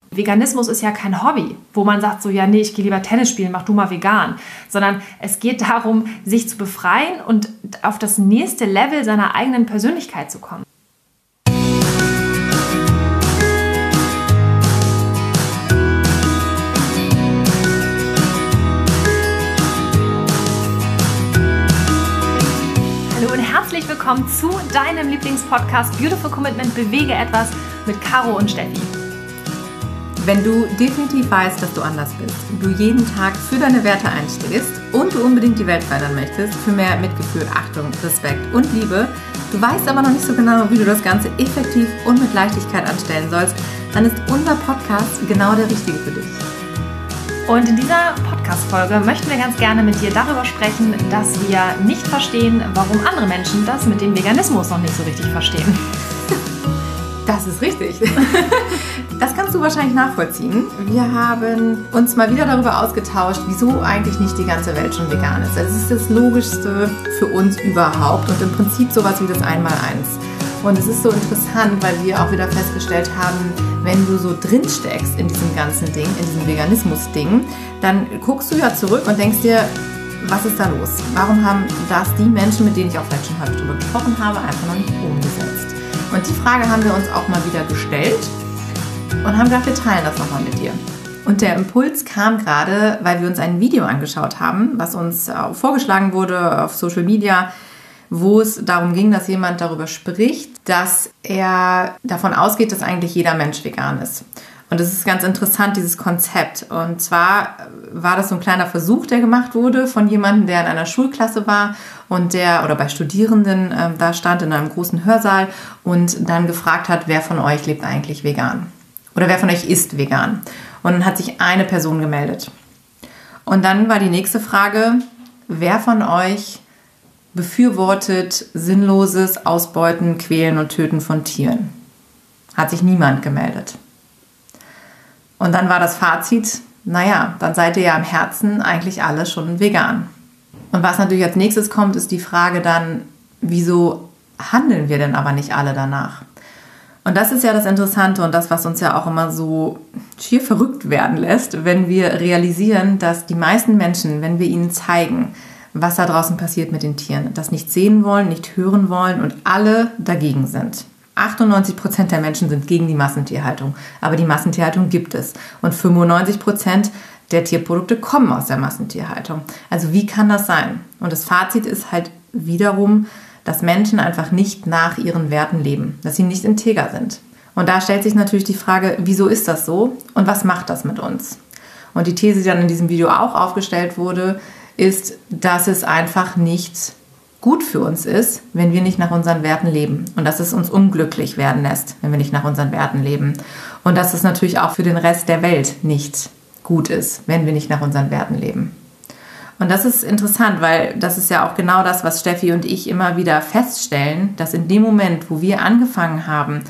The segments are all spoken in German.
Veganismus ist ja kein Hobby, wo man sagt so, ja nee, ich gehe lieber Tennis spielen, mach du mal vegan. Sondern es geht darum, sich zu befreien und auf das nächste Level seiner eigenen Persönlichkeit zu kommen. Hallo und herzlich willkommen zu deinem Lieblingspodcast Beautiful Commitment, bewege etwas mit Caro und Steffi. Wenn du definitiv weißt, dass du anders bist, du jeden Tag für deine Werte einstehst und du unbedingt die Welt verändern möchtest, für mehr Mitgefühl, Achtung, Respekt und Liebe, du weißt aber noch nicht so genau, wie du das Ganze effektiv und mit Leichtigkeit anstellen sollst, dann ist unser Podcast genau der richtige für dich. Und in dieser Podcast-Folge möchten wir ganz gerne mit dir darüber sprechen, dass wir nicht verstehen, warum andere Menschen das mit dem Veganismus noch nicht so richtig verstehen. Das ist richtig. Das kannst du wahrscheinlich nachvollziehen. Wir haben uns mal wieder darüber ausgetauscht, wieso eigentlich nicht die ganze Welt schon vegan ist. Also es ist das Logischste für uns überhaupt und im Prinzip sowas wie das Einmaleins. Und es ist so interessant, weil wir auch wieder festgestellt haben, wenn du so drin steckst in diesem ganzen Ding, in diesem Veganismus-Ding, dann guckst du ja zurück und denkst dir, was ist da los? Warum haben das die Menschen, mit denen ich auch vielleicht schon häufig drüber gesprochen habe, einfach noch nicht umgesetzt? Und die Frage haben wir uns auch mal wieder gestellt und haben gedacht, wir teilen das nochmal mit dir. Und der Impuls kam gerade, weil wir uns ein Video angeschaut haben, was uns vorgeschlagen wurde auf Social Media, wo es darum ging, dass jemand darüber spricht, dass er davon ausgeht, dass eigentlich jeder Mensch vegan ist. Und das ist ganz interessant, dieses Konzept. Und zwar war das so ein kleiner Versuch, der gemacht wurde von jemandem, der in einer Schulklasse war und der, oder bei Studierenden, da stand in einem großen Hörsaal und dann gefragt hat, wer von euch lebt eigentlich vegan? Oder wer von euch ist vegan? Und dann hat sich eine Person gemeldet. Und dann war die nächste Frage, wer von euch befürwortet sinnloses Ausbeuten, Quälen und Töten von Tieren? Hat sich niemand gemeldet. Und dann war das Fazit, naja, dann seid ihr ja im Herzen eigentlich alle schon vegan. Und was natürlich als nächstes kommt, ist die Frage dann, wieso handeln wir denn aber nicht alle danach? Und das ist ja das Interessante und das, was uns ja auch immer so schier verrückt werden lässt, wenn wir realisieren, dass die meisten Menschen, wenn wir ihnen zeigen, was da draußen passiert mit den Tieren, das nicht sehen wollen, nicht hören wollen und alle dagegen sind. 98% der Menschen sind gegen die Massentierhaltung, aber die Massentierhaltung gibt es. Und 95% der Tierprodukte kommen aus der Massentierhaltung. Also wie kann das sein? Und das Fazit ist halt wiederum, dass Menschen einfach nicht nach ihren Werten leben, dass sie nicht integer sind. Und da stellt sich natürlich die Frage, wieso ist das so und was macht das mit uns? Und die These, die dann in diesem Video auch aufgestellt wurde, ist, dass es einfach nicht gut für uns ist, wenn wir nicht nach unseren Werten leben. Und dass es uns unglücklich werden lässt, wenn wir nicht nach unseren Werten leben. Und dass es natürlich auch für den Rest der Welt nicht gut ist, wenn wir nicht nach unseren Werten leben. Und das ist interessant, weil das ist ja auch genau das, was Steffi und ich immer wieder feststellen, dass in dem Moment, wo wir angefangen haben,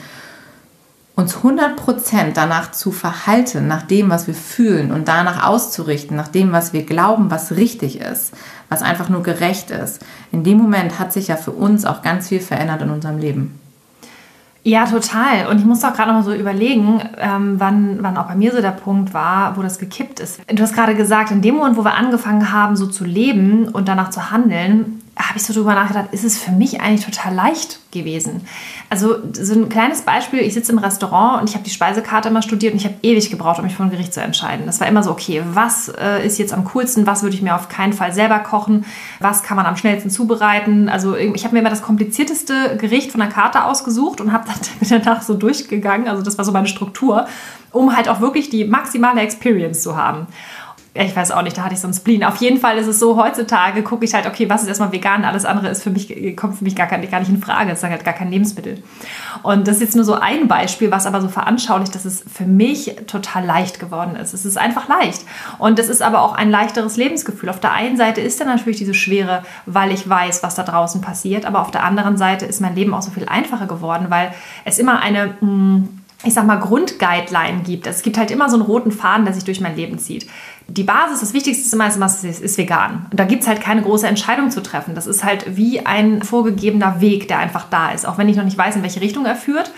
uns 100% danach zu verhalten, nach dem, was wir fühlen und danach auszurichten, nach dem, was wir glauben, was richtig ist, was einfach nur gerecht ist. In dem Moment hat sich ja für uns auch ganz viel verändert in unserem Leben. Ja, total. Und ich muss auch gerade noch mal so überlegen, wann auch bei mir so der Punkt war, wo das gekippt ist. Du hast gerade gesagt, in dem Moment, wo wir angefangen haben, so zu leben und danach zu handeln, habe ich so drüber nachgedacht, ist es für mich eigentlich total leicht gewesen. Also so ein kleines Beispiel, ich sitze im Restaurant und ich habe die Speisekarte immer studiert und ich habe ewig gebraucht, um mich für ein Gericht zu entscheiden. Das war immer so, okay, was ist jetzt am coolsten, was würde ich mir auf keinen Fall selber kochen, was kann man am schnellsten zubereiten. Also ich habe mir immer das komplizierteste Gericht von der Karte ausgesucht und bin danach so durchgegangen, also das war so meine Struktur, um halt auch wirklich die maximale Experience zu haben. Ich weiß auch nicht, da hatte ich so einen Spleen. Auf jeden Fall ist es so, heutzutage gucke ich halt, okay, was ist erstmal vegan, alles andere ist kommt für mich gar nicht in Frage, das ist halt gar kein Lebensmittel. Und das ist jetzt nur so ein Beispiel, was aber so veranschaulicht, dass es für mich total leicht geworden ist. Es ist einfach leicht. Und es ist aber auch ein leichteres Lebensgefühl. Auf der einen Seite ist dann natürlich diese Schwere, weil ich weiß, was da draußen passiert, aber auf der anderen Seite ist mein Leben auch so viel einfacher geworden, weil es immer eine ich sag mal, Grundguideline gibt. Es gibt halt immer so einen roten Faden, der sich durch mein Leben zieht. Die Basis, das Wichtigste ist immer, ist vegan. Und da gibt es halt keine große Entscheidung zu treffen. Das ist halt wie ein vorgegebener Weg, der einfach da ist. Auch wenn ich noch nicht weiß, in welche Richtung er führt.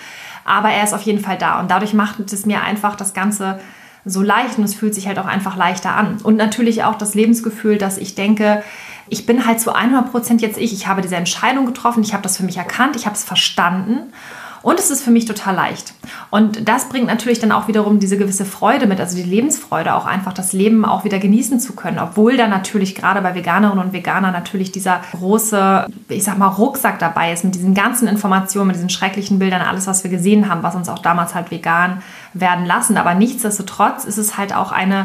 aber er ist auf jeden Fall da. Und dadurch macht es mir einfach das Ganze so leicht und es fühlt sich halt auch einfach leichter an. Und natürlich auch das Lebensgefühl, dass ich denke, ich bin halt zu 100% jetzt ich. Ich habe diese Entscheidung getroffen, ich habe das für mich erkannt, ich habe es verstanden. Und es ist für mich total leicht. Und das bringt natürlich dann auch wiederum diese gewisse Freude mit, also die Lebensfreude, auch einfach das Leben auch wieder genießen zu können. Obwohl da natürlich gerade bei Veganerinnen und Veganern natürlich dieser große, ich sag mal, Rucksack dabei ist mit diesen ganzen Informationen, mit diesen schrecklichen Bildern, alles, was wir gesehen haben, was uns auch damals halt vegan werden lassen. Aber nichtsdestotrotz ist es halt auch eine,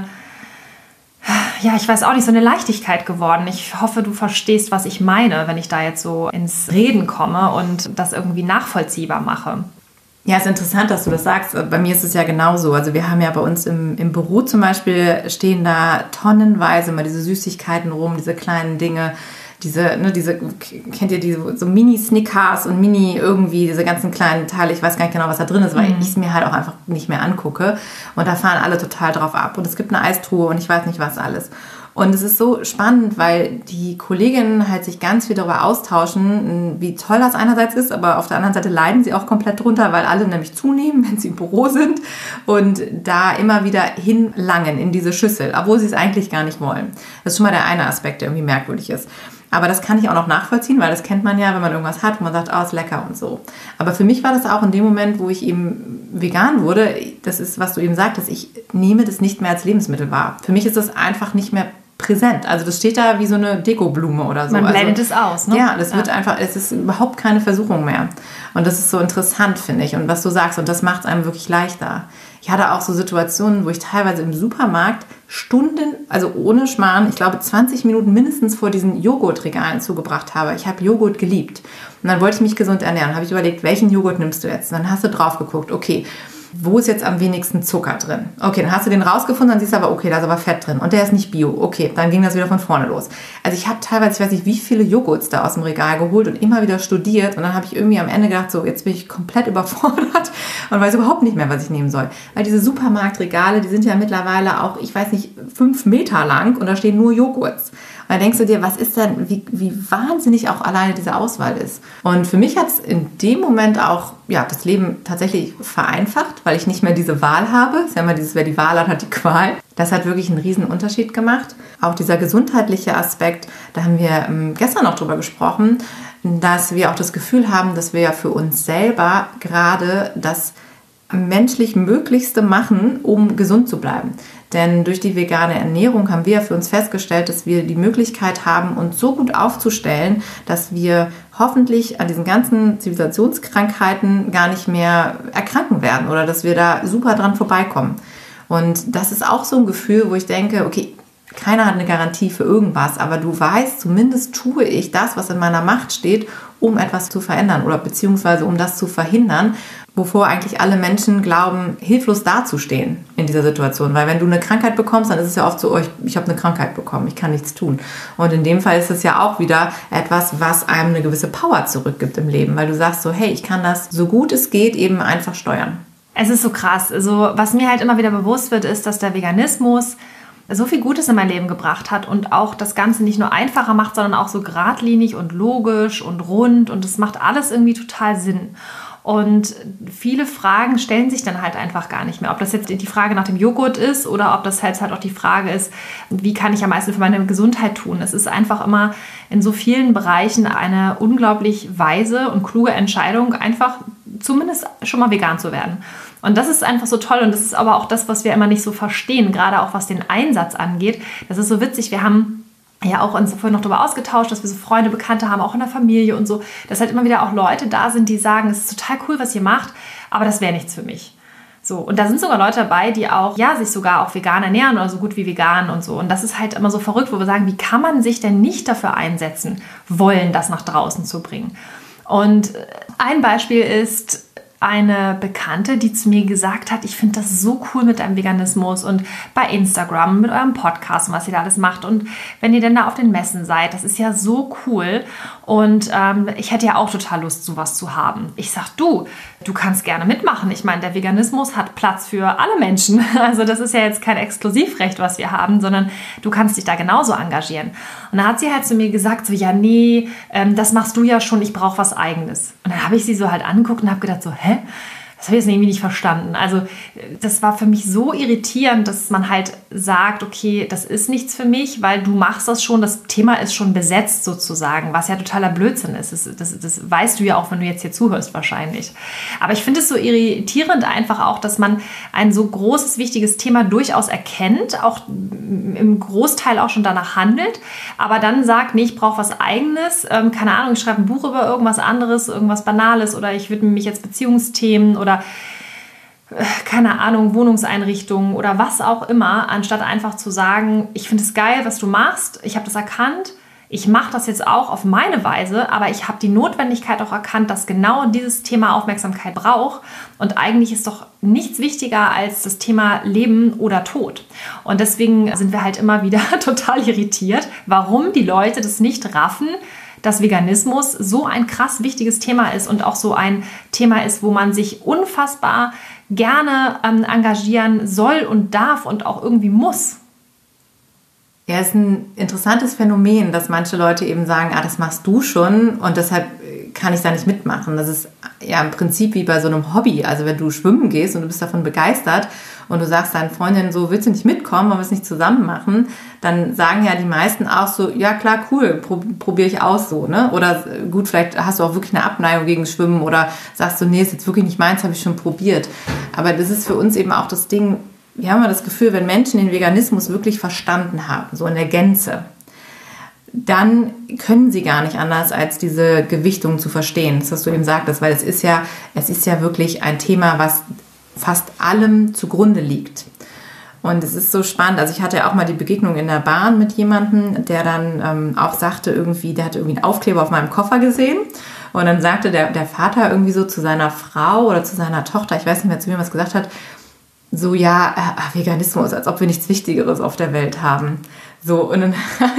ja, ich weiß auch nicht, so eine Leichtigkeit geworden. Ich hoffe, du verstehst, was ich meine, wenn ich da jetzt so ins Reden komme und das irgendwie nachvollziehbar mache. Ja, es ist interessant, dass du das sagst. Bei mir ist es ja genauso. Also wir haben ja bei uns im Büro zum Beispiel, stehen da tonnenweise immer diese Süßigkeiten rum, diese kleinen Dinge, diese, kennt ihr diese so Mini-Snickers und irgendwie diese ganzen kleinen Teile, ich weiß gar nicht genau, was da drin ist, weil ich es mir halt auch einfach nicht mehr angucke. Und da fahren alle total drauf ab. Und es gibt eine Eistruhe und ich weiß nicht, was alles. Und es ist so spannend, weil die Kolleginnen halt sich ganz viel darüber austauschen, wie toll das einerseits ist, aber auf der anderen Seite leiden sie auch komplett drunter, weil alle nämlich zunehmen, wenn sie im Büro sind und da immer wieder hinlangen in diese Schüssel, obwohl sie es eigentlich gar nicht wollen. Das ist schon mal der eine Aspekt, der irgendwie merkwürdig ist. Aber das kann ich auch noch nachvollziehen, weil das kennt man ja, wenn man irgendwas hat, wo man sagt, oh, ist lecker und so. Aber für mich war das auch in dem Moment, wo ich eben vegan wurde, das ist, was du eben sagtest, ich nehme das nicht mehr als Lebensmittel wahr. Für mich ist das einfach nicht mehr präsent. Also das steht da wie so eine Dekoblume oder so. Man blendet es aus, ne? Ja, das wird einfach, es ist überhaupt keine Versuchung mehr. Und das ist so interessant, finde ich. Und was du sagst, und das macht es einem wirklich leichter. Ich hatte auch so Situationen, wo ich teilweise im Supermarkt Stunden, also ohne Schmarrn, ich glaube 20 Minuten mindestens vor diesen Joghurtregalen zugebracht habe. Ich habe Joghurt geliebt. Und dann wollte ich mich gesund ernähren. Dann habe ich überlegt, welchen Joghurt nimmst du jetzt? Und dann hast du drauf geguckt, okay, wo ist jetzt am wenigsten Zucker drin? Okay, dann hast du den rausgefunden, dann siehst du aber, okay, da ist aber Fett drin und der ist nicht bio. Okay, dann ging das wieder von vorne los. Also ich habe teilweise, ich weiß nicht, wie viele Joghurts da aus dem Regal geholt und immer wieder studiert und dann habe ich irgendwie am Ende gedacht, so, jetzt bin ich komplett überfordert und weiß überhaupt nicht mehr, was ich nehmen soll. Weil diese Supermarktregale, die sind ja mittlerweile auch, ich weiß nicht, 5 Meter lang und da stehen nur Joghurts. Und dann denkst du dir, was ist denn, wie wahnsinnig auch alleine diese Auswahl ist. Und für mich hat es in dem Moment auch das Leben tatsächlich vereinfacht, weil ich nicht mehr diese Wahl habe. Es ist ja immer dieses, wer die Wahl hat, hat die Qual. Das hat wirklich einen riesen Unterschied gemacht. Auch dieser gesundheitliche Aspekt, da haben wir gestern noch drüber gesprochen, dass wir auch das Gefühl haben, dass wir ja für uns selber gerade das menschlich Möglichste machen, um gesund zu bleiben. Denn durch die vegane Ernährung haben wir für uns festgestellt, dass wir die Möglichkeit haben, uns so gut aufzustellen, dass wir hoffentlich an diesen ganzen Zivilisationskrankheiten gar nicht mehr erkranken werden oder dass wir da super dran vorbeikommen. Und das ist auch so ein Gefühl, wo ich denke, okay, keiner hat eine Garantie für irgendwas, aber du weißt, zumindest tue ich das, was in meiner Macht steht, um etwas zu verändern oder beziehungsweise um das zu verhindern, wovor eigentlich alle Menschen glauben, hilflos dazustehen in dieser Situation. Weil wenn du eine Krankheit bekommst, dann ist es ja oft so, oh, ich habe eine Krankheit bekommen, ich kann nichts tun. Und in dem Fall ist es ja auch wieder etwas, was einem eine gewisse Power zurückgibt im Leben, weil du sagst so, hey, ich kann das so gut es geht eben einfach steuern. Es ist so krass. Also was mir halt immer wieder bewusst wird, ist, dass der Veganismus so viel Gutes in mein Leben gebracht hat und auch das Ganze nicht nur einfacher macht, sondern auch so geradlinig und logisch und rund und es macht alles irgendwie total Sinn. Und viele Fragen stellen sich dann halt einfach gar nicht mehr. Ob das jetzt die Frage nach dem Joghurt ist oder ob das halt auch die Frage ist, wie kann ich am meisten für meine Gesundheit tun. Es ist einfach immer in so vielen Bereichen eine unglaublich weise und kluge Entscheidung, einfach zumindest schon mal vegan zu werden. Und das ist einfach so toll und das ist aber auch das, was wir immer nicht so verstehen, gerade auch was den Einsatz angeht. Das ist so witzig, wir haben ja auch uns vorhin noch darüber ausgetauscht, dass wir so Freunde, Bekannte haben, auch in der Familie und so, dass halt immer wieder auch Leute da sind, die sagen, es ist total cool, was ihr macht, aber das wäre nichts für mich. So, und da sind sogar Leute dabei, die auch, sich sogar auch vegan ernähren oder so gut wie vegan und so. Und das ist halt immer so verrückt, wo wir sagen, wie kann man sich denn nicht dafür einsetzen wollen, das nach draußen zu bringen? Und ein Beispiel ist eine Bekannte, die zu mir gesagt hat, ich finde das so cool mit deinem Veganismus und bei Instagram, mit eurem Podcast und was ihr da alles macht und wenn ihr denn da auf den Messen seid, das ist ja so cool und ich hätte ja auch total Lust, sowas zu haben. Ich sag, du kannst gerne mitmachen. Ich meine, der Veganismus hat Platz für alle Menschen. Also das ist ja jetzt kein Exklusivrecht, was wir haben, sondern du kannst dich da genauso engagieren. Und dann hat sie halt zu mir gesagt, so ja, nee, das machst du ja schon, ich brauche was Eigenes. Und dann habe ich sie so halt angeguckt und habe gedacht so, das habe ich jetzt irgendwie nicht verstanden. Also das war für mich so irritierend, dass man halt sagt, okay, das ist nichts für mich, weil du machst das schon, das Thema ist schon besetzt sozusagen, was ja totaler Blödsinn ist. Das weißt du ja auch, wenn du jetzt hier zuhörst wahrscheinlich. Aber ich finde es so irritierend einfach auch, dass man ein so großes, wichtiges Thema durchaus erkennt, auch im Großteil auch schon danach handelt, aber dann sagt, nee, ich brauche was Eigenes, keine Ahnung, ich schreibe ein Buch über irgendwas anderes, irgendwas Banales oder ich widme mich jetzt Beziehungsthemen oder keine Ahnung, Wohnungseinrichtungen oder was auch immer, anstatt einfach zu sagen, ich finde es geil, was du machst, ich habe das erkannt, ich mache das jetzt auch auf meine Weise, aber ich habe die Notwendigkeit auch erkannt, dass genau dieses Thema Aufmerksamkeit braucht und eigentlich ist doch nichts wichtiger als das Thema Leben oder Tod. Und deswegen sind wir halt immer wieder total irritiert, warum die Leute das nicht raffen, dass Veganismus so ein krass wichtiges Thema ist und auch so ein Thema ist, wo man sich unfassbar gerne engagieren soll und darf und auch irgendwie muss. Ja, es ist ein interessantes Phänomen, dass manche Leute eben sagen, das machst du schon und deshalb kann ich da nicht mitmachen. Das ist ja im Prinzip wie bei so einem Hobby. Also wenn du schwimmen gehst und du bist davon begeistert und du sagst deinen Freundinnen so, willst du nicht mitkommen, wollen wir es nicht zusammen machen, dann sagen ja die meisten auch so, ja klar, cool, probiere ich aus so, ne? Oder gut, vielleicht hast du auch wirklich eine Abneigung gegen Schwimmen oder sagst du, nee, ist jetzt wirklich nicht meins, habe ich schon probiert. Aber das ist für uns eben auch das Ding, wir haben ja das Gefühl, wenn Menschen den Veganismus wirklich verstanden haben, so in der Gänze, dann können sie gar nicht anders, als diese Gewichtung zu verstehen. Das, was du eben sagtest, weil es ist ja wirklich ein Thema, was fast allem zugrunde liegt. Und es ist so spannend. Also ich hatte ja auch mal die Begegnung in der Bahn mit jemandem, der dann auch sagte irgendwie, der hatte irgendwie einen Aufkleber auf meinem Koffer gesehen. Und dann sagte der Vater irgendwie so zu seiner Frau oder zu seiner Tochter, ich weiß nicht mehr, zu wem er es gesagt hat, so, ja, Veganismus, als ob wir nichts Wichtigeres auf der Welt haben. So, und dann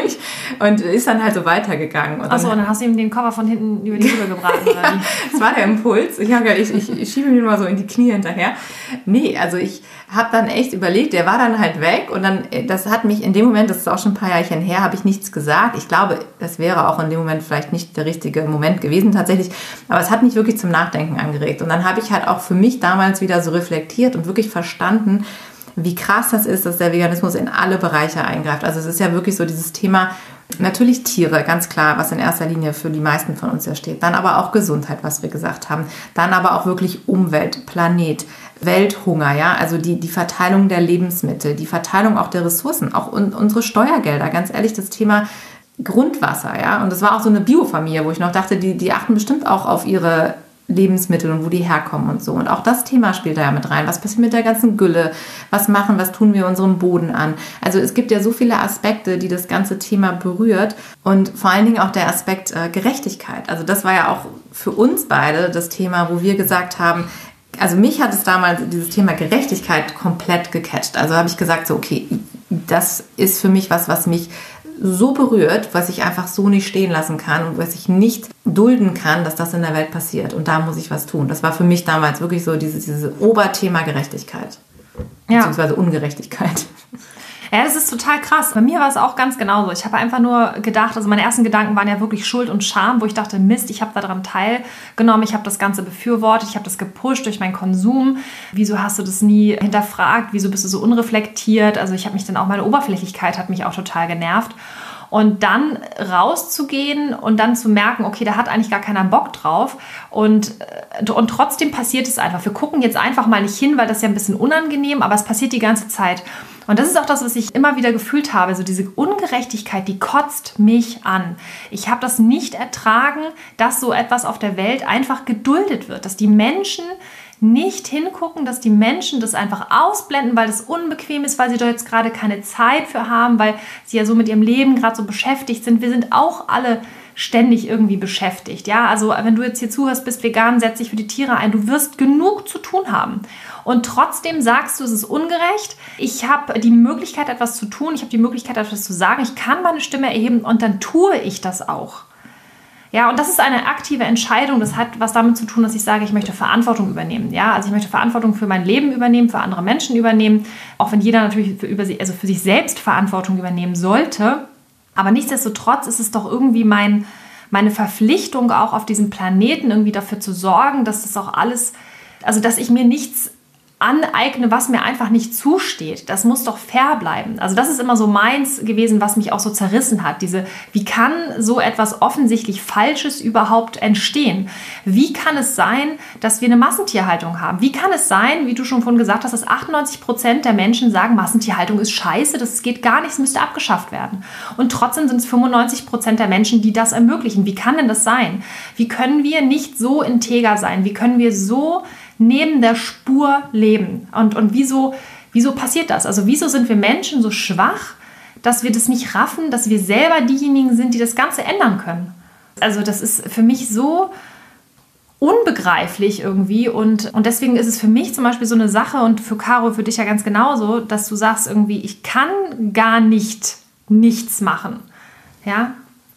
und ist dann halt so weitergegangen. Achso, und dann hast du ihm den Koffer von hinten über die Rübe gebraten, oder wie? Das war der Impuls. Ich schiebe ihn mal so in die Knie hinterher. Nee, also ich habe dann echt überlegt, der war dann halt weg und dann, das hat mich in dem Moment, das ist auch schon ein paar Jährchen her, habe ich nichts gesagt. Ich glaube, das wäre auch in dem Moment vielleicht nicht der richtige Moment gewesen tatsächlich, aber es hat mich wirklich zum Nachdenken angeregt. Und dann habe ich halt auch für mich damals wieder so reflektiert und wirklich verstanden, wie krass das ist, dass der Veganismus in alle Bereiche eingreift. Also es ist ja wirklich so dieses Thema, natürlich Tiere, ganz klar, was in erster Linie für die meisten von uns ja steht. Dann aber auch Gesundheit, was wir gesagt haben. Dann aber auch wirklich Umwelt, Planet, Welthunger, ja, also die Verteilung der Lebensmittel, die Verteilung auch der Ressourcen, auch unsere Steuergelder, ganz ehrlich, das Thema Grundwasser, ja. Und das war auch so eine Biofamilie, wo ich noch dachte, die achten bestimmt auch auf ihre Lebensmittel und wo die herkommen und so. Und auch das Thema spielt da ja mit rein. Was passiert mit der ganzen Gülle? Was tun wir unserem Boden an? Also es gibt ja so viele Aspekte, die das ganze Thema berührt und vor allen Dingen auch der Aspekt Gerechtigkeit. Also das war ja auch für uns beide das Thema, wo wir gesagt haben, also mich hat es damals dieses Thema Gerechtigkeit komplett gecatcht. Also habe ich gesagt, so okay, das ist für mich was mich so berührt, was ich einfach so nicht stehen lassen kann und was ich nicht dulden kann, dass das in der Welt passiert. Und da muss ich was tun. Das war für mich damals wirklich so dieses Oberthema Gerechtigkeit. Beziehungsweise Ungerechtigkeit. Ja, das ist total krass. Bei mir war es auch ganz genauso. Ich habe einfach nur gedacht, also meine ersten Gedanken waren ja wirklich Schuld und Scham, wo ich dachte, Mist, ich habe daran teilgenommen, ich habe das Ganze befürwortet, ich habe das gepusht durch meinen Konsum. Wieso hast du das nie hinterfragt? Wieso bist du so unreflektiert? Also ich habe mich dann auch, meine Oberflächlichkeit hat mich auch total genervt. Und dann rauszugehen und dann zu merken, okay, da hat eigentlich gar keiner Bock drauf. Und trotzdem passiert es einfach. Wir gucken jetzt einfach mal nicht hin, weil das ist ja ein bisschen unangenehm, aber es passiert die ganze Zeit. Und das ist auch das, was ich immer wieder gefühlt habe. So diese Ungerechtigkeit, die kotzt mich an. Ich habe das nicht ertragen, dass so etwas auf der Welt einfach geduldet wird. Dass die Menschen nicht hingucken, dass die Menschen das einfach ausblenden, weil das unbequem ist, weil sie da jetzt gerade keine Zeit für haben, weil sie ja so mit ihrem Leben gerade so beschäftigt sind. Wir sind auch alle ständig irgendwie beschäftigt. Ja, also wenn du jetzt hier zuhörst, bist vegan, setz dich für die Tiere ein. Du wirst genug zu tun haben. Und trotzdem sagst du, es ist ungerecht. Ich habe die Möglichkeit, etwas zu tun. Ich habe die Möglichkeit, etwas zu sagen. Ich kann meine Stimme erheben und dann tue ich das auch. Ja, und das ist eine aktive Entscheidung. Das hat was damit zu tun, dass ich sage, ich möchte Verantwortung übernehmen. Ja, also ich möchte Verantwortung für mein Leben übernehmen, für andere Menschen übernehmen. Auch wenn jeder natürlich für sich selbst Verantwortung übernehmen sollte. Aber nichtsdestotrotz ist es doch irgendwie meine Verpflichtung auch auf diesem Planeten irgendwie dafür zu sorgen, dass das auch alles Also, dass ich mir nichts aneigne, was mir einfach nicht zusteht. Das muss doch fair bleiben. Also das ist immer so meins gewesen, was mich auch so zerrissen hat. Wie kann so etwas offensichtlich Falsches überhaupt entstehen? Wie kann es sein, dass wir eine Massentierhaltung haben? Wie kann es sein, wie du schon vorhin gesagt hast, dass 98% der Menschen sagen, Massentierhaltung ist scheiße, das geht gar nicht, es müsste abgeschafft werden. Und trotzdem sind es 95% der Menschen, die das ermöglichen. Wie kann denn das sein? Wie können wir nicht so integer sein? Wie können wir so neben der Spur leben? Und wieso passiert das? Also wieso sind wir Menschen so schwach, dass wir das nicht raffen, dass wir selber diejenigen sind, die das Ganze ändern können? Also das ist für mich so unbegreiflich irgendwie und deswegen ist es für mich zum Beispiel so eine Sache und für Caro, für dich ja ganz genauso, dass du sagst irgendwie, ich kann gar nicht nichts machen. Ja?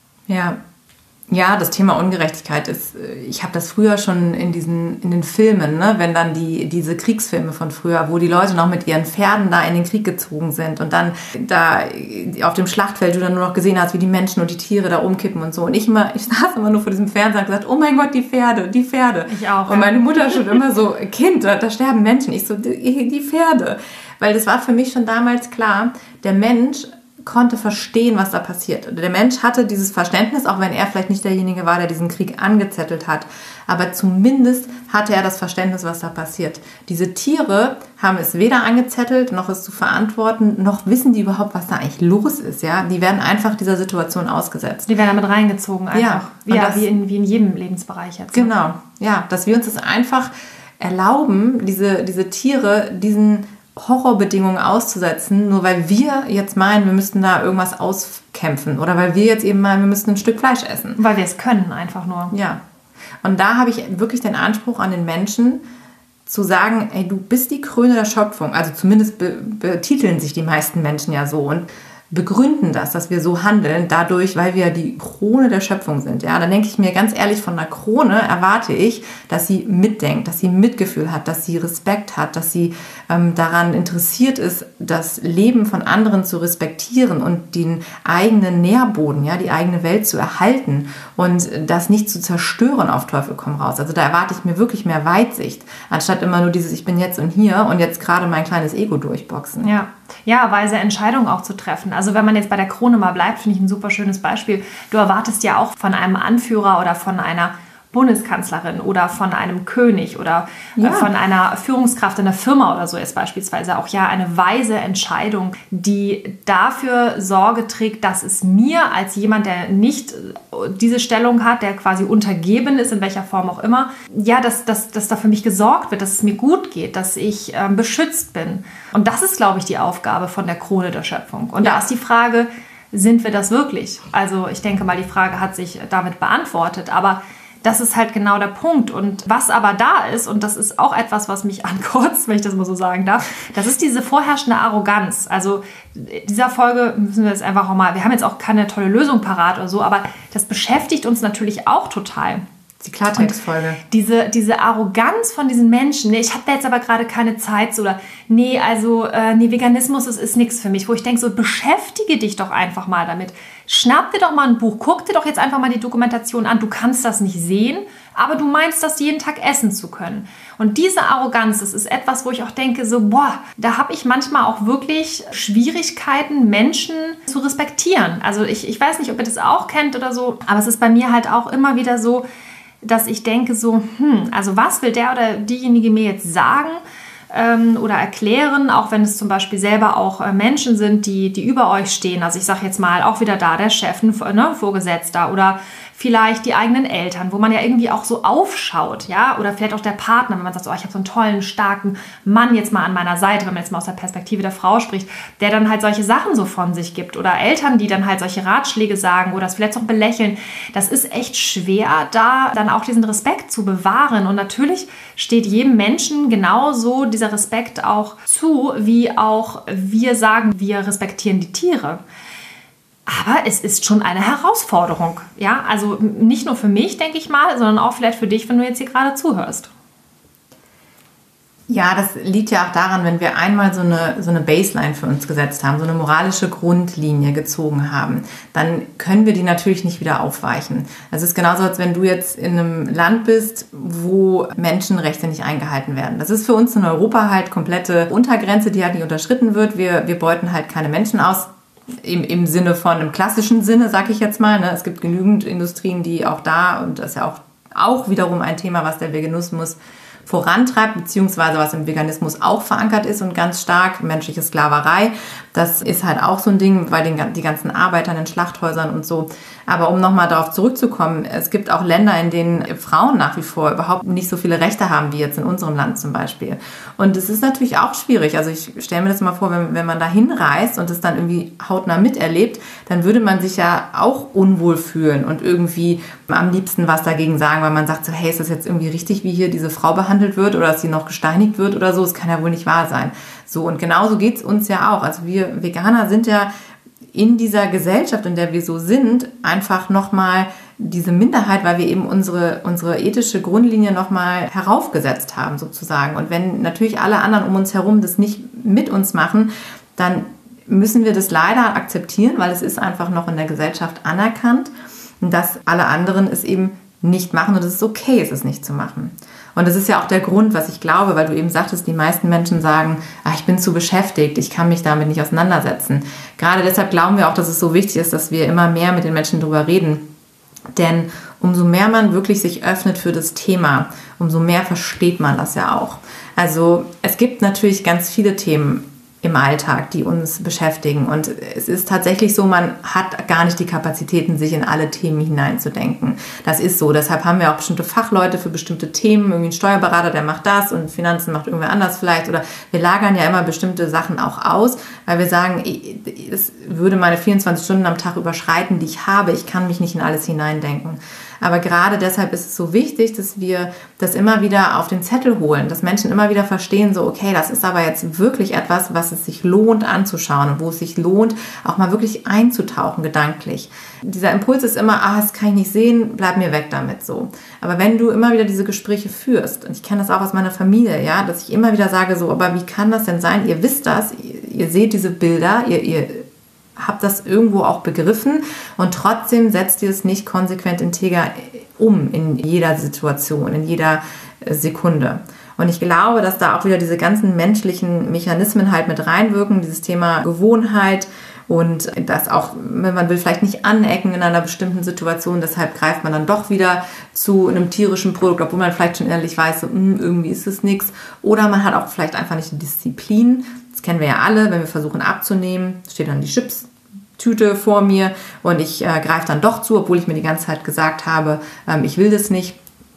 Ja, das Thema Ungerechtigkeit ist, ich habe das früher schon in den Filmen, ne, wenn dann diese Kriegsfilme von früher, wo die Leute noch mit ihren Pferden da in den Krieg gezogen sind und dann da auf dem Schlachtfeld du dann nur noch gesehen hast, wie die Menschen und die Tiere da umkippen und so. Und ich saß immer nur vor diesem Fernseher und gesagt, oh mein Gott, die Pferde. Ich auch. Und meine Mutter schon immer so, Kind, da sterben Menschen. Ich so, die Pferde. Weil das war für mich schon damals klar, der Mensch konnte verstehen, was da passiert. Der Mensch hatte dieses Verständnis, auch wenn er vielleicht nicht derjenige war, der diesen Krieg angezettelt hat. Aber zumindest hatte er das Verständnis, was da passiert. Diese Tiere haben es weder angezettelt, noch es zu verantworten, noch wissen die überhaupt, was da eigentlich los ist. Ja? Die werden einfach dieser Situation ausgesetzt. Die werden damit reingezogen einfach. Ja, wie in jedem Lebensbereich jetzt. Genau. Ja, dass wir uns das einfach erlauben, diese Tiere, diesen Horrorbedingungen auszusetzen, nur weil wir jetzt meinen, wir müssten da irgendwas auskämpfen oder weil wir jetzt eben meinen, wir müssten ein Stück Fleisch essen. Weil wir es können einfach nur. Ja. Und da habe ich wirklich den Anspruch an den Menschen, zu sagen, ey, du bist die Krone der Schöpfung. Also zumindest betiteln sich die meisten Menschen ja so und begründen das, dass wir so handeln, dadurch, weil wir die Krone der Schöpfung sind. Ja, dann denke ich mir ganz ehrlich, von einer Krone erwarte ich, dass sie mitdenkt, dass sie Mitgefühl hat, dass sie Respekt hat, dass sie daran interessiert ist, das Leben von anderen zu respektieren und den eigenen Nährboden, ja, die eigene Welt zu erhalten und das nicht zu zerstören auf Teufel komm raus. Also da erwarte ich mir wirklich mehr Weitsicht, anstatt immer nur dieses, ich bin jetzt und hier und jetzt gerade mein kleines Ego durchboxen. Ja, weise Entscheidungen auch zu treffen. Also wenn man jetzt bei der Krone mal bleibt, finde ich ein super schönes Beispiel. Du erwartest ja auch von einem Anführer oder von einer Bundeskanzlerin oder von einem König oder von einer Führungskraft in der Firma oder so ist beispielsweise auch eine weise Entscheidung, die dafür Sorge trägt, dass es mir als jemand, der nicht diese Stellung hat, der quasi untergeben ist, in welcher Form auch immer, dass da für mich gesorgt wird, dass es mir gut geht, dass ich beschützt bin. Und das ist, glaube ich, die Aufgabe von der Krone der Schöpfung. Und da ist die Frage, sind wir das wirklich? Also ich denke mal, die Frage hat sich damit beantwortet, aber das ist halt genau der Punkt. Und was aber da ist, und das ist auch etwas, was mich ankotzt, wenn ich das mal so sagen darf, das ist diese vorherrschende Arroganz. Also dieser Folge müssen wir jetzt einfach auch mal, wir haben jetzt auch keine tolle Lösung parat oder so, aber das beschäftigt uns natürlich auch total. Die Klartextfolge. Diese Arroganz von diesen Menschen, ich habe da jetzt aber gerade keine Zeit, so, oder Veganismus, das ist nichts für mich, wo ich denke, so beschäftige dich doch einfach mal damit. Schnapp dir doch mal ein Buch, guck dir doch jetzt einfach mal die Dokumentation an. Du kannst das nicht sehen, aber du meinst, das jeden Tag essen zu können. Und diese Arroganz, das ist etwas, wo ich auch denke, so, da habe ich manchmal auch wirklich Schwierigkeiten, Menschen zu respektieren. Also ich weiß nicht, ob ihr das auch kennt oder so, aber es ist bei mir halt auch immer wieder so, dass ich denke so, also was will der oder diejenige mir jetzt sagen oder erklären, auch wenn es zum Beispiel selber auch Menschen sind, die über euch stehen. Also ich sage jetzt mal auch wieder da, der Chef, ein Vorgesetzter oder vielleicht die eigenen Eltern, wo man ja irgendwie auch so aufschaut, ja, oder vielleicht auch der Partner, wenn man sagt, ich habe so einen tollen, starken Mann jetzt mal an meiner Seite, wenn man jetzt mal aus der Perspektive der Frau spricht, der dann halt solche Sachen so von sich gibt oder Eltern, die dann halt solche Ratschläge sagen oder es vielleicht auch belächeln. Das ist echt schwer, da dann auch diesen Respekt zu bewahren und natürlich steht jedem Menschen genauso dieser Respekt auch zu, wie auch wir sagen, wir respektieren die Tiere. Aber es ist schon eine Herausforderung. Ja, also nicht nur für mich, denke ich mal, sondern auch vielleicht für dich, wenn du jetzt hier gerade zuhörst. Ja, das liegt ja auch daran, wenn wir einmal so eine Baseline für uns gesetzt haben, so eine moralische Grundlinie gezogen haben, dann können wir die natürlich nicht wieder aufweichen. Es ist genauso, als wenn du jetzt in einem Land bist, wo Menschenrechte nicht eingehalten werden. Das ist für uns in Europa halt komplette Untergrenze, die halt nicht unterschritten wird. Wir beuten halt keine Menschen aus. Im Sinne von, im klassischen Sinne, sag ich jetzt mal. Ne? Es gibt genügend Industrien, die auch da, und das ist ja auch wiederum ein Thema, was der Veganismus vorantreibt, beziehungsweise was im Veganismus auch verankert ist und ganz stark, menschliche Sklaverei. Das ist halt auch so ein Ding bei die ganzen Arbeitern in Schlachthäusern und so. Aber um nochmal darauf zurückzukommen, es gibt auch Länder, in denen Frauen nach wie vor überhaupt nicht so viele Rechte haben wie jetzt in unserem Land zum Beispiel. Und es ist natürlich auch schwierig. Also ich stelle mir das mal vor, wenn man da hinreist und es dann irgendwie hautnah miterlebt, dann würde man sich ja auch unwohl fühlen und irgendwie am liebsten was dagegen sagen, weil man sagt so, hey, ist das jetzt irgendwie richtig, wie hier diese Frau behandelt wird oder dass sie noch gesteinigt wird oder so? Das kann ja wohl nicht wahr sein. So, und genauso geht es uns ja auch. Also wir Veganer sind ja in dieser Gesellschaft, in der wir so sind, einfach nochmal diese Minderheit, weil wir eben unsere ethische Grundlinie nochmal heraufgesetzt haben sozusagen. Und wenn natürlich alle anderen um uns herum das nicht mit uns machen, dann müssen wir das leider akzeptieren, weil es ist einfach noch in der Gesellschaft anerkannt, dass alle anderen es eben nicht machen und es ist okay, es nicht zu machen. Und das ist ja auch der Grund, was ich glaube, weil du eben sagtest, die meisten Menschen sagen, ich bin zu beschäftigt, ich kann mich damit nicht auseinandersetzen. Gerade deshalb glauben wir auch, dass es so wichtig ist, dass wir immer mehr mit den Menschen drüber reden. Denn umso mehr man wirklich sich öffnet für das Thema, umso mehr versteht man das ja auch. Also es gibt natürlich ganz viele Themen im Alltag, die uns beschäftigen. Und es ist tatsächlich so, man hat gar nicht die Kapazitäten, sich in alle Themen hineinzudenken. Das ist so. Deshalb haben wir auch bestimmte Fachleute für bestimmte Themen. Irgendwie ein Steuerberater, der macht das und Finanzen macht irgendwer anders vielleicht. Oder wir lagern ja immer bestimmte Sachen auch aus, weil wir sagen, es würde meine 24 Stunden am Tag überschreiten, die ich habe. Ich kann mich nicht in alles hineindenken. Aber gerade deshalb ist es so wichtig, dass wir das immer wieder auf den Zettel holen, dass Menschen immer wieder verstehen, so okay, das ist aber jetzt wirklich etwas, was es sich lohnt anzuschauen und wo es sich lohnt, auch mal wirklich einzutauchen gedanklich. Dieser Impuls ist immer, das kann ich nicht sehen, bleib mir weg damit so. Aber wenn du immer wieder diese Gespräche führst, und ich kenne das auch aus meiner Familie, ja, dass ich immer wieder sage so, aber wie kann das denn sein? Ihr wisst das, ihr seht diese Bilder, ihr habt das irgendwo auch begriffen und trotzdem setzt ihr es nicht konsequent integer um in jeder Situation, in jeder Sekunde. Und ich glaube, dass da auch wieder diese ganzen menschlichen Mechanismen halt mit reinwirken, dieses Thema Gewohnheit und das auch, wenn man will, vielleicht nicht anecken in einer bestimmten Situation, deshalb greift man dann doch wieder zu einem tierischen Produkt, obwohl man vielleicht schon innerlich weiß, so, irgendwie ist es nichts. Oder man hat auch vielleicht einfach nicht die Disziplin. Das kennen wir ja alle, wenn wir versuchen abzunehmen, steht dann die Chips-Tüte vor mir und ich greife dann doch zu, obwohl ich mir die ganze Zeit gesagt habe, ich will das nicht.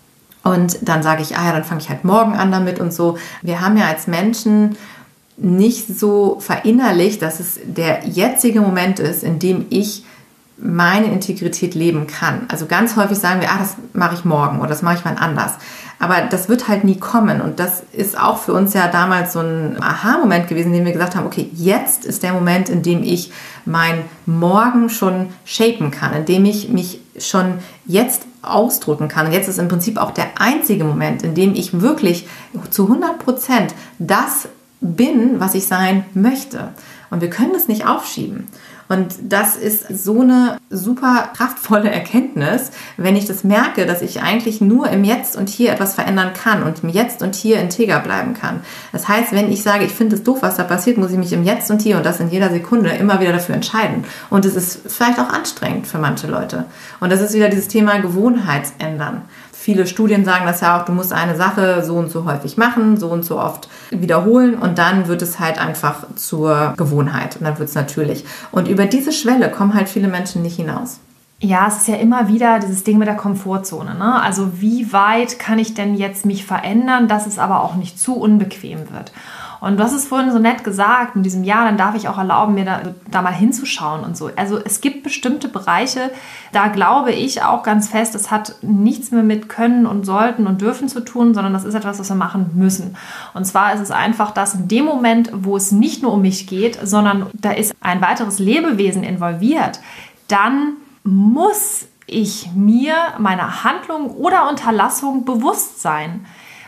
Und dann sage ich, dann fange ich halt morgen an damit und so. Wir haben ja als Menschen nicht so verinnerlicht, dass es der jetzige Moment ist, in dem ich meine Integrität leben kann. Also ganz häufig sagen wir, das mache ich morgen oder das mache ich mal anders. Aber das wird halt nie kommen. Und das ist auch für uns ja damals so ein Aha-Moment gewesen, in dem wir gesagt haben, okay, jetzt ist der Moment, in dem ich mein Morgen schon shapen kann, in dem ich mich schon jetzt ausdrücken kann. Und jetzt ist im Prinzip auch der einzige Moment, in dem ich wirklich zu 100% das bin, was ich sein möchte. Und wir können das nicht aufschieben. Und das ist so eine super kraftvolle Erkenntnis, wenn ich das merke, dass ich eigentlich nur im Jetzt und Hier etwas verändern kann und im Jetzt und Hier integer bleiben kann. Das heißt, wenn ich sage, ich finde es doof, was da passiert, muss ich mich im Jetzt und Hier und das in jeder Sekunde immer wieder dafür entscheiden. Und es ist vielleicht auch anstrengend für manche Leute. Und das ist wieder dieses Thema Gewohnheitsändern. Viele Studien sagen das ja auch, du musst eine Sache so und so häufig machen, so und so oft wiederholen und dann wird es halt einfach zur Gewohnheit und dann wird es natürlich. Und über diese Schwelle kommen halt viele Menschen nicht hinaus. Ja, es ist ja immer wieder dieses Ding mit der Komfortzone, ne? Also wie weit kann ich denn jetzt mich verändern, dass es aber auch nicht zu unbequem wird? Und du hast es vorhin so nett gesagt, mit diesem Jahr, dann darf ich auch erlauben, mir da mal hinzuschauen und so. Also es gibt bestimmte Bereiche, da glaube ich auch ganz fest, das hat nichts mehr mit Können und Sollten und Dürfen zu tun, sondern das ist etwas, was wir machen müssen. Und zwar ist es einfach, dass in dem Moment, wo es nicht nur um mich geht, sondern da ist ein weiteres Lebewesen involviert, dann muss ich mir meiner Handlung oder Unterlassung bewusst sein.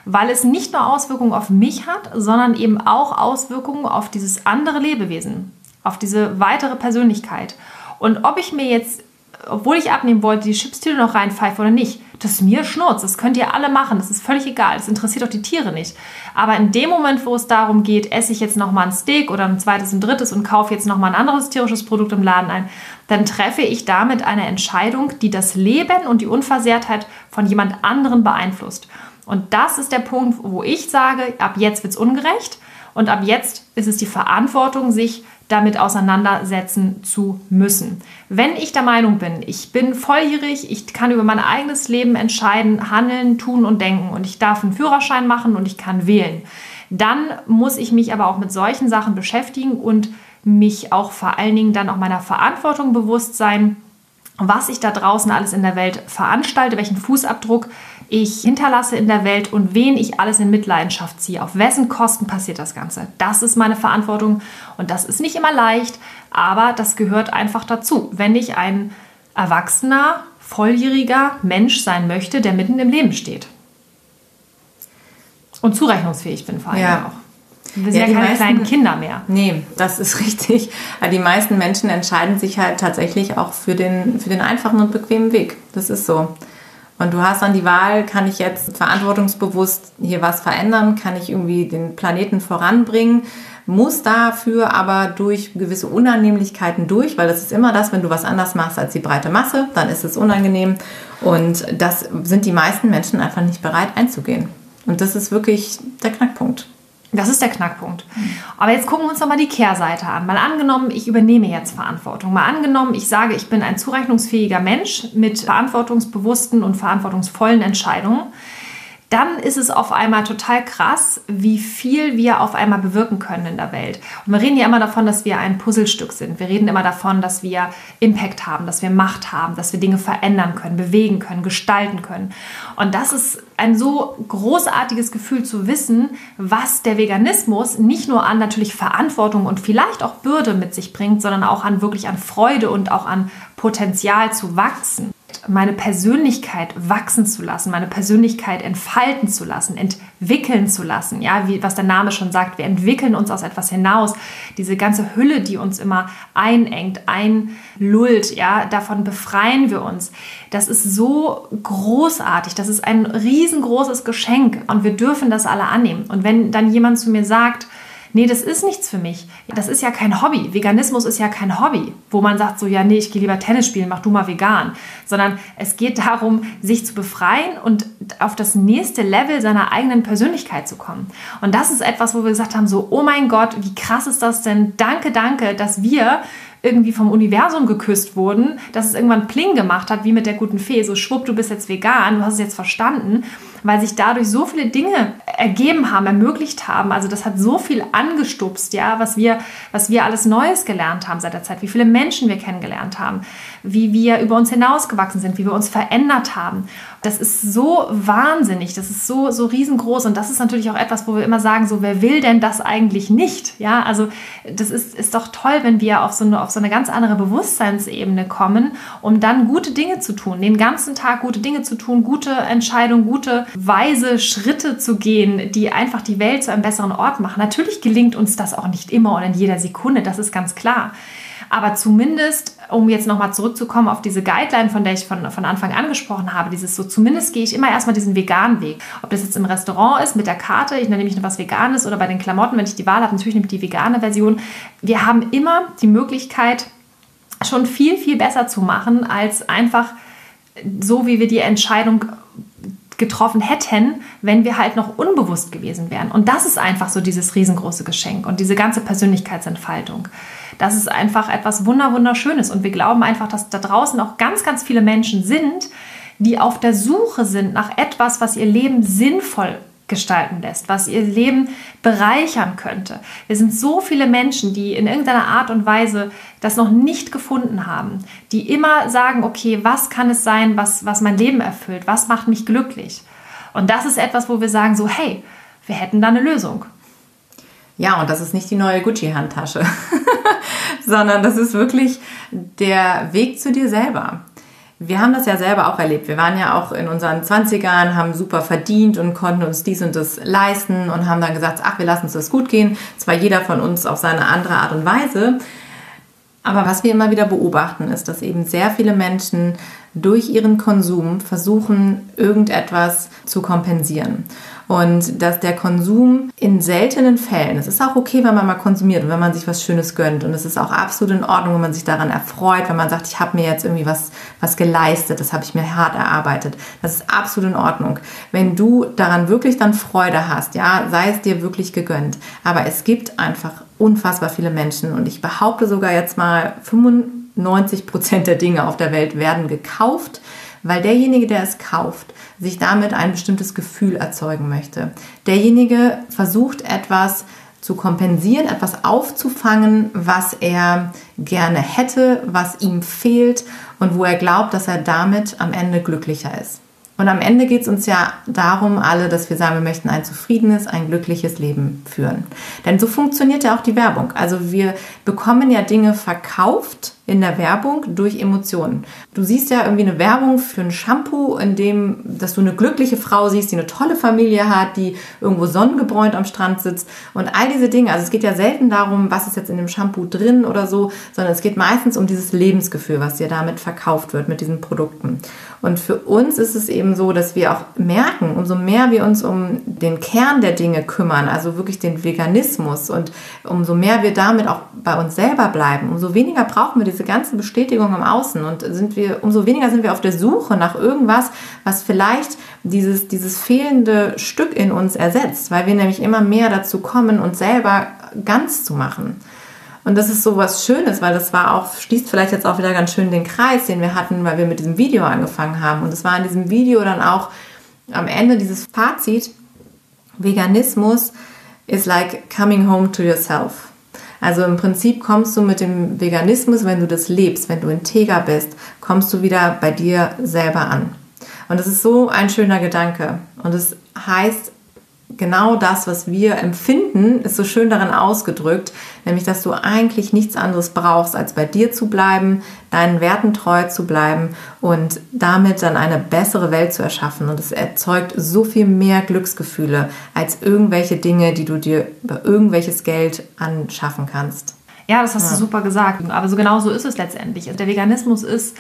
weil es nicht nur Auswirkungen auf mich hat, sondern eben auch Auswirkungen auf dieses andere Lebewesen, auf diese weitere Persönlichkeit. Und ob ich mir jetzt, obwohl ich abnehmen wollte, die Chipstüte noch reinpfeife oder nicht, das ist mir Schnurz. Das könnt ihr alle machen. Das ist völlig egal. Das interessiert auch die Tiere nicht. Aber in dem Moment, wo es darum geht, esse ich jetzt nochmal ein Steak oder ein zweites, ein drittes und kaufe jetzt nochmal ein anderes tierisches Produkt im Laden ein, dann treffe ich damit eine Entscheidung, die das Leben und die Unversehrtheit von jemand anderen beeinflusst. Und das ist der Punkt, wo ich sage, ab jetzt wird es ungerecht und ab jetzt ist es die Verantwortung, sich damit auseinandersetzen zu müssen. Wenn ich der Meinung bin, ich bin volljährig, ich kann über mein eigenes Leben entscheiden, handeln, tun und denken und ich darf einen Führerschein machen und ich kann wählen, dann muss ich mich aber auch mit solchen Sachen beschäftigen und mich auch vor allen Dingen dann auch meiner Verantwortung bewusst sein, was ich da draußen alles in der Welt veranstalte, welchen Fußabdruck ich hinterlasse in der Welt und wen ich alles in Mitleidenschaft ziehe. Auf wessen Kosten passiert das Ganze? Das ist meine Verantwortung und das ist nicht immer leicht, aber das gehört einfach dazu, wenn ich ein erwachsener, volljähriger Mensch sein möchte, der mitten im Leben steht. Und zurechnungsfähig bin vor allem auch. Wir sind ja keine kleinen Kinder mehr. Nee, das ist richtig. Die meisten Menschen entscheiden sich halt tatsächlich auch für den einfachen und bequemen Weg. Das ist so. Und du hast dann die Wahl, kann ich jetzt verantwortungsbewusst hier was verändern? Kann ich irgendwie den Planeten voranbringen? Muss dafür aber durch gewisse Unannehmlichkeiten durch, weil das ist immer das, wenn du was anders machst als die breite Masse, dann ist es unangenehm. Und das sind die meisten Menschen einfach nicht bereit einzugehen. Und das ist wirklich der Knackpunkt. Das ist der Knackpunkt. Aber jetzt gucken wir uns doch mal die Kehrseite an. Mal angenommen, ich übernehme jetzt Verantwortung. Mal angenommen, ich sage, ich bin ein zurechnungsfähiger Mensch mit verantwortungsbewussten und verantwortungsvollen Entscheidungen. Dann ist es auf einmal total krass, wie viel wir auf einmal bewirken können in der Welt. Und wir reden ja immer davon, dass wir ein Puzzlestück sind. Wir reden immer davon, dass wir Impact haben, dass wir Macht haben, dass wir Dinge verändern können, bewegen können, gestalten können. Und das ist ein so großartiges Gefühl zu wissen, was der Veganismus nicht nur an natürlich Verantwortung und vielleicht auch Bürde mit sich bringt, sondern auch wirklich an Freude und auch an Potenzial zu wachsen. Meine Persönlichkeit wachsen zu lassen, meine Persönlichkeit entfalten zu lassen, entwickeln zu lassen. Ja, wie was der Name schon sagt, wir entwickeln uns aus etwas hinaus. Diese ganze Hülle, die uns immer einengt, einlullt, ja, davon befreien wir uns. Das ist so großartig, das ist ein riesengroßes Geschenk und wir dürfen das alle annehmen. Und wenn dann jemand zu mir sagt, nee, das ist nichts für mich. Das ist ja kein Hobby. Veganismus ist ja kein Hobby, wo man sagt so, ja, nee, ich gehe lieber Tennis spielen, mach du mal vegan. Sondern es geht darum, sich zu befreien und auf das nächste Level seiner eigenen Persönlichkeit zu kommen. Und das ist etwas, wo wir gesagt haben, so, oh mein Gott, wie krass ist das denn? Danke, danke, dass wir irgendwie vom Universum geküsst wurden, dass es irgendwann Pling gemacht hat, wie mit der guten Fee, so schwupp, du bist jetzt vegan, du hast es jetzt verstanden, weil sich dadurch so viele Dinge ergeben haben, ermöglicht haben. Also das hat so viel angestupst, ja, was wir alles Neues gelernt haben seit der Zeit, wie viele Menschen wir kennengelernt haben, wie wir über uns hinausgewachsen sind, wie wir uns verändert haben. Das ist so wahnsinnig, das ist so riesengroß und das ist natürlich auch etwas, wo wir immer sagen, so, wer will denn das eigentlich nicht? Ja, also das ist doch toll, wenn wir auf so eine ganz andere Bewusstseinsebene kommen, um dann gute Dinge zu tun, den ganzen Tag gute Dinge zu tun, gute Entscheidungen, gute, weise Schritte zu gehen, die einfach die Welt zu einem besseren Ort machen. Natürlich gelingt uns das auch nicht immer und in jeder Sekunde, das ist ganz klar. Aber zumindest, um jetzt nochmal zurückzukommen auf diese Guideline, von der ich von Anfang an gesprochen habe, dieses so, zumindest gehe ich immer erstmal diesen veganen Weg. Ob das jetzt im Restaurant ist, mit der Karte, ich nehme was Veganes oder bei den Klamotten, wenn ich die Wahl habe, natürlich nehme ich die vegane Version. Wir haben immer die Möglichkeit, schon viel, viel besser zu machen, als einfach so, wie wir die Entscheidung getroffen hätten, wenn wir halt noch unbewusst gewesen wären. Und das ist einfach so dieses riesengroße Geschenk und diese ganze Persönlichkeitsentfaltung. Das ist einfach etwas Wunderschönes und wir glauben einfach, dass da draußen auch ganz, ganz viele Menschen sind, die auf der Suche sind nach etwas, was ihr Leben sinnvoll gestalten lässt, was ihr Leben bereichern könnte. Wir sind so viele Menschen, die in irgendeiner Art und Weise das noch nicht gefunden haben, die immer sagen, okay, was kann es sein, was mein Leben erfüllt, was macht mich glücklich? Und das ist etwas, wo wir sagen so, hey, wir hätten da eine Lösung. Ja, und das ist nicht die neue Gucci-Handtasche, sondern das ist wirklich der Weg zu dir selber. wir haben das ja selber auch erlebt. Wir waren ja auch in unseren 20ern, haben super verdient und konnten uns dies und das leisten und haben dann gesagt, ach, wir lassen uns das gut gehen. Zwar jeder von uns auf seine andere Art und Weise. Aber was wir immer wieder beobachten, ist, dass eben sehr viele Menschen durch ihren Konsum versuchen, irgendetwas zu kompensieren. Und dass der Konsum in seltenen Fällen, es ist auch okay, wenn man mal konsumiert und wenn man sich was Schönes gönnt. Und es ist auch absolut in Ordnung, wenn man sich daran erfreut, wenn man sagt, ich habe mir jetzt irgendwie was geleistet, das habe ich mir hart erarbeitet. Das ist absolut in Ordnung. Wenn du daran wirklich dann Freude hast, ja, sei es dir wirklich gegönnt. Aber es gibt einfach unfassbar viele Menschen und ich behaupte sogar jetzt mal 95% der Dinge auf der Welt werden gekauft, weil derjenige, der es kauft, sich damit ein bestimmtes Gefühl erzeugen möchte. Derjenige versucht etwas zu kompensieren, etwas aufzufangen, was er gerne hätte, was ihm fehlt und wo er glaubt, dass er damit am Ende glücklicher ist. Und am Ende geht es uns ja darum alle, dass wir sagen, wir möchten ein zufriedenes, ein glückliches Leben führen. Denn so funktioniert ja auch die Werbung. Also wir bekommen ja Dinge verkauft in der Werbung durch Emotionen. Du siehst ja irgendwie eine Werbung für ein Shampoo, in dem, dass du eine glückliche Frau siehst, die eine tolle Familie hat, die irgendwo sonnengebräunt am Strand sitzt und all diese Dinge. Also es geht ja selten darum, was ist jetzt in dem Shampoo drin oder so, sondern es geht meistens um dieses Lebensgefühl, was dir damit verkauft wird, mit diesen Produkten. Und für uns ist es eben so, dass wir auch merken, umso mehr wir uns um den Kern der Dinge kümmern, also wirklich den Veganismus und umso mehr wir damit auch bei uns selber bleiben, umso weniger brauchen wir diese ganze Bestätigung im Außen und umso weniger sind wir auf der Suche nach irgendwas, was vielleicht dieses fehlende Stück in uns ersetzt, weil wir nämlich immer mehr dazu kommen, uns selber ganz zu machen. Und das ist so was Schönes, weil das schließt vielleicht jetzt auch wieder ganz schön den Kreis, den wir hatten, weil wir mit diesem Video angefangen haben. Und es war in diesem Video dann auch am Ende dieses Fazit, Veganismus is like coming home to yourself. Also im Prinzip kommst du mit dem Veganismus, wenn du das lebst, wenn du integer bist, kommst du wieder bei dir selber an. Und das ist so ein schöner Gedanke. Und es heißt, genau das, was wir empfinden, ist so schön darin ausgedrückt, nämlich, dass du eigentlich nichts anderes brauchst, als bei dir zu bleiben, deinen Werten treu zu bleiben und damit dann eine bessere Welt zu erschaffen. Und es erzeugt so viel mehr Glücksgefühle als irgendwelche Dinge, die du dir über irgendwelches Geld anschaffen kannst. Ja, das hast du super gesagt. Aber so genau so ist es letztendlich. Der Veganismus ist,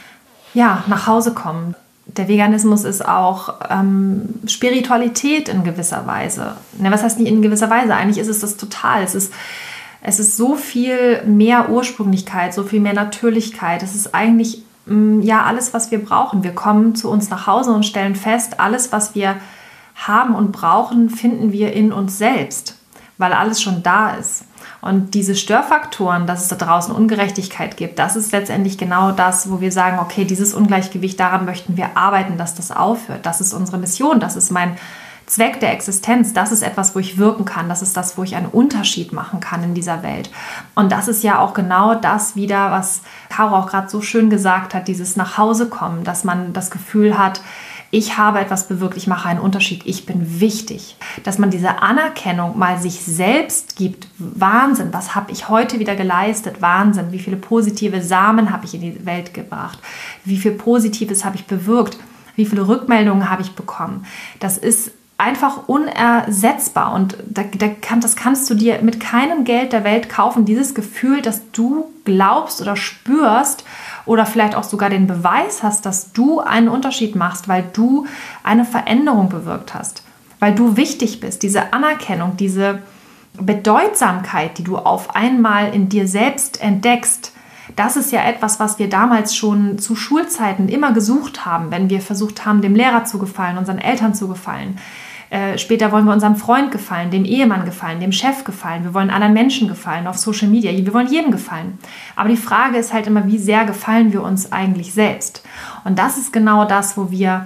ja, nach Hause kommen. Der Veganismus ist auch Spiritualität in gewisser Weise. Ne, was heißt nicht in gewisser Weise? Eigentlich ist es das total. Es ist so viel mehr Ursprünglichkeit, so viel mehr Natürlichkeit. Es ist eigentlich ja alles, was wir brauchen. Wir kommen zu uns nach Hause und stellen fest, alles, was wir haben und brauchen, finden wir in uns selbst, weil alles schon da ist. Und diese Störfaktoren, dass es da draußen Ungerechtigkeit gibt, das ist letztendlich genau das, wo wir sagen, okay, dieses Ungleichgewicht, daran möchten wir arbeiten, dass das aufhört. Das ist unsere Mission, das ist mein Zweck der Existenz, das ist etwas, wo ich wirken kann, das ist das, wo ich einen Unterschied machen kann in dieser Welt. Und das ist ja auch genau das wieder, was Caro auch gerade so schön gesagt hat, dieses Nachhausekommen, dass man das Gefühl hat, ich habe etwas bewirkt, ich mache einen Unterschied, ich bin wichtig. Dass man diese Anerkennung mal sich selbst gibt, Wahnsinn, was habe ich heute wieder geleistet, Wahnsinn, wie viele positive Samen habe ich in die Welt gebracht, wie viel Positives habe ich bewirkt, wie viele Rückmeldungen habe ich bekommen. Das ist einfach unersetzbar und das kannst du dir mit keinem Geld der Welt kaufen, dieses Gefühl, dass du glaubst oder spürst, oder vielleicht auch sogar den Beweis hast, dass du einen Unterschied machst, weil du eine Veränderung bewirkt hast, weil du wichtig bist. Diese Anerkennung, diese Bedeutsamkeit, die du auf einmal in dir selbst entdeckst, das ist ja etwas, was wir damals schon zu Schulzeiten immer gesucht haben, wenn wir versucht haben, dem Lehrer zu gefallen, unseren Eltern zu gefallen. Später wollen wir unserem Freund gefallen, dem Ehemann gefallen, dem Chef gefallen. Wir wollen anderen Menschen gefallen auf Social Media. Wir wollen jedem gefallen. Aber die Frage ist halt immer, wie sehr gefallen wir uns eigentlich selbst? Und das ist genau das, wo wir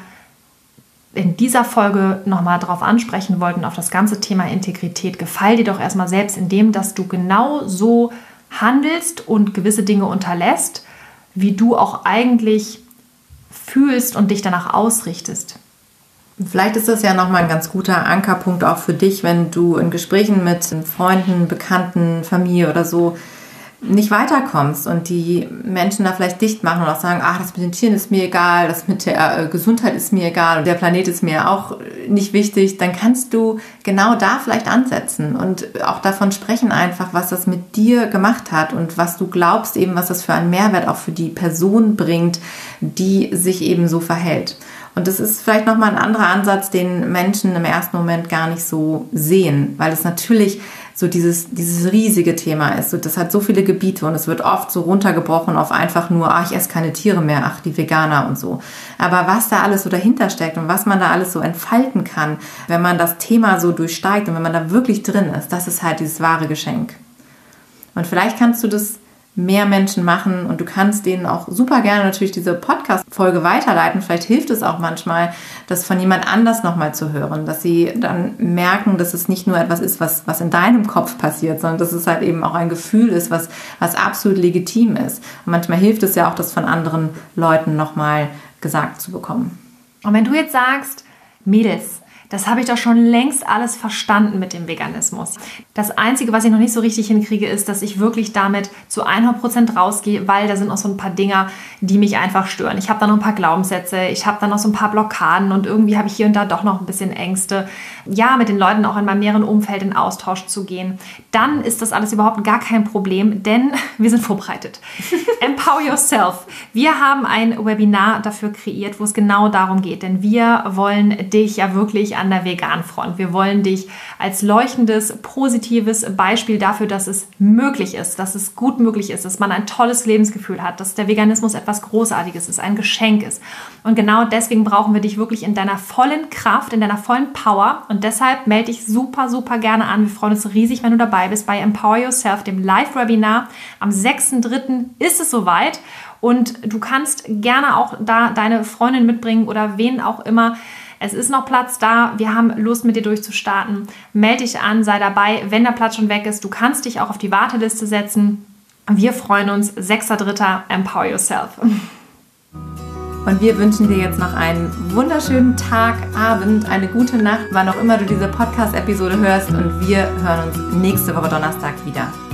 in dieser Folge nochmal drauf ansprechen wollten, auf das ganze Thema Integrität. Gefall dir doch erstmal selbst, indem dass du genau so handelst und gewisse Dinge unterlässt, wie du auch eigentlich fühlst und dich danach ausrichtest. Vielleicht ist das ja nochmal ein ganz guter Ankerpunkt auch für dich, wenn du in Gesprächen mit Freunden, Bekannten, Familie oder so nicht weiterkommst und die Menschen da vielleicht dicht machen und auch sagen, ach, das mit den Tieren ist mir egal, das mit der Gesundheit ist mir egal und der Planet ist mir auch nicht wichtig, dann kannst du genau da vielleicht ansetzen und auch davon sprechen einfach, was das mit dir gemacht hat und was du glaubst eben, was das für einen Mehrwert auch für die Person bringt, die sich eben so verhält. Und das ist vielleicht nochmal ein anderer Ansatz, den Menschen im ersten Moment gar nicht so sehen, weil es natürlich so dieses riesige Thema ist. Das hat so viele Gebiete und es wird oft so runtergebrochen auf einfach nur, ich esse keine Tiere mehr, die Veganer und so. Aber was da alles so dahinter steckt und was man da alles so entfalten kann, wenn man das Thema so durchsteigt und wenn man da wirklich drin ist, das ist halt dieses wahre Geschenk. Und vielleicht kannst du das mehr Menschen machen und du kannst denen auch super gerne natürlich diese Podcast-Folge weiterleiten. Vielleicht hilft es auch manchmal, das von jemand anders nochmal zu hören, dass sie dann merken, dass es nicht nur etwas ist, was in deinem Kopf passiert, sondern dass es halt eben auch ein Gefühl ist, was absolut legitim ist. Und manchmal hilft es ja auch, das von anderen Leuten nochmal gesagt zu bekommen. Und wenn du jetzt sagst, Mädels, das habe ich doch schon längst alles verstanden mit dem Veganismus. Das Einzige, was ich noch nicht so richtig hinkriege, ist, dass ich wirklich damit zu 100% rausgehe, weil da sind noch so ein paar Dinger, die mich einfach stören. Ich habe da noch ein paar Glaubenssätze, ich habe da noch so ein paar Blockaden und irgendwie habe ich hier und da doch noch ein bisschen Ängste. Ja, mit den Leuten auch in meinem näheren Umfeld in Austausch zu gehen. Dann ist das alles überhaupt gar kein Problem, denn wir sind vorbereitet. Empower Yourself. Wir haben ein Webinar dafür kreiert, wo es genau darum geht, denn wir wollen dich ja wirklich an der Vegan-Front. Wir wollen dich als leuchtendes, positives Beispiel dafür, dass es möglich ist, dass es gut möglich ist, dass man ein tolles Lebensgefühl hat, dass der Veganismus etwas Großartiges ist, ein Geschenk ist. Und genau deswegen brauchen wir dich wirklich in deiner vollen Kraft, in deiner vollen Power. Und deshalb melde dich super, super gerne an. Wir freuen uns riesig, wenn du dabei bist bei Empower Yourself, dem Live-Webinar. Am 6.3. ist es soweit. Und du kannst gerne auch da deine Freundin mitbringen oder wen auch immer. Es ist noch Platz da. Wir haben Lust, mit dir durchzustarten. Melde dich an, sei dabei, wenn der Platz schon weg ist. Du kannst dich auch auf die Warteliste setzen. Wir freuen uns. 6.3. Empower Yourself. Und wir wünschen dir jetzt noch einen wunderschönen Tag, Abend, eine gute Nacht, wann auch immer du diese Podcast-Episode hörst. Und wir hören uns nächste Woche Donnerstag wieder.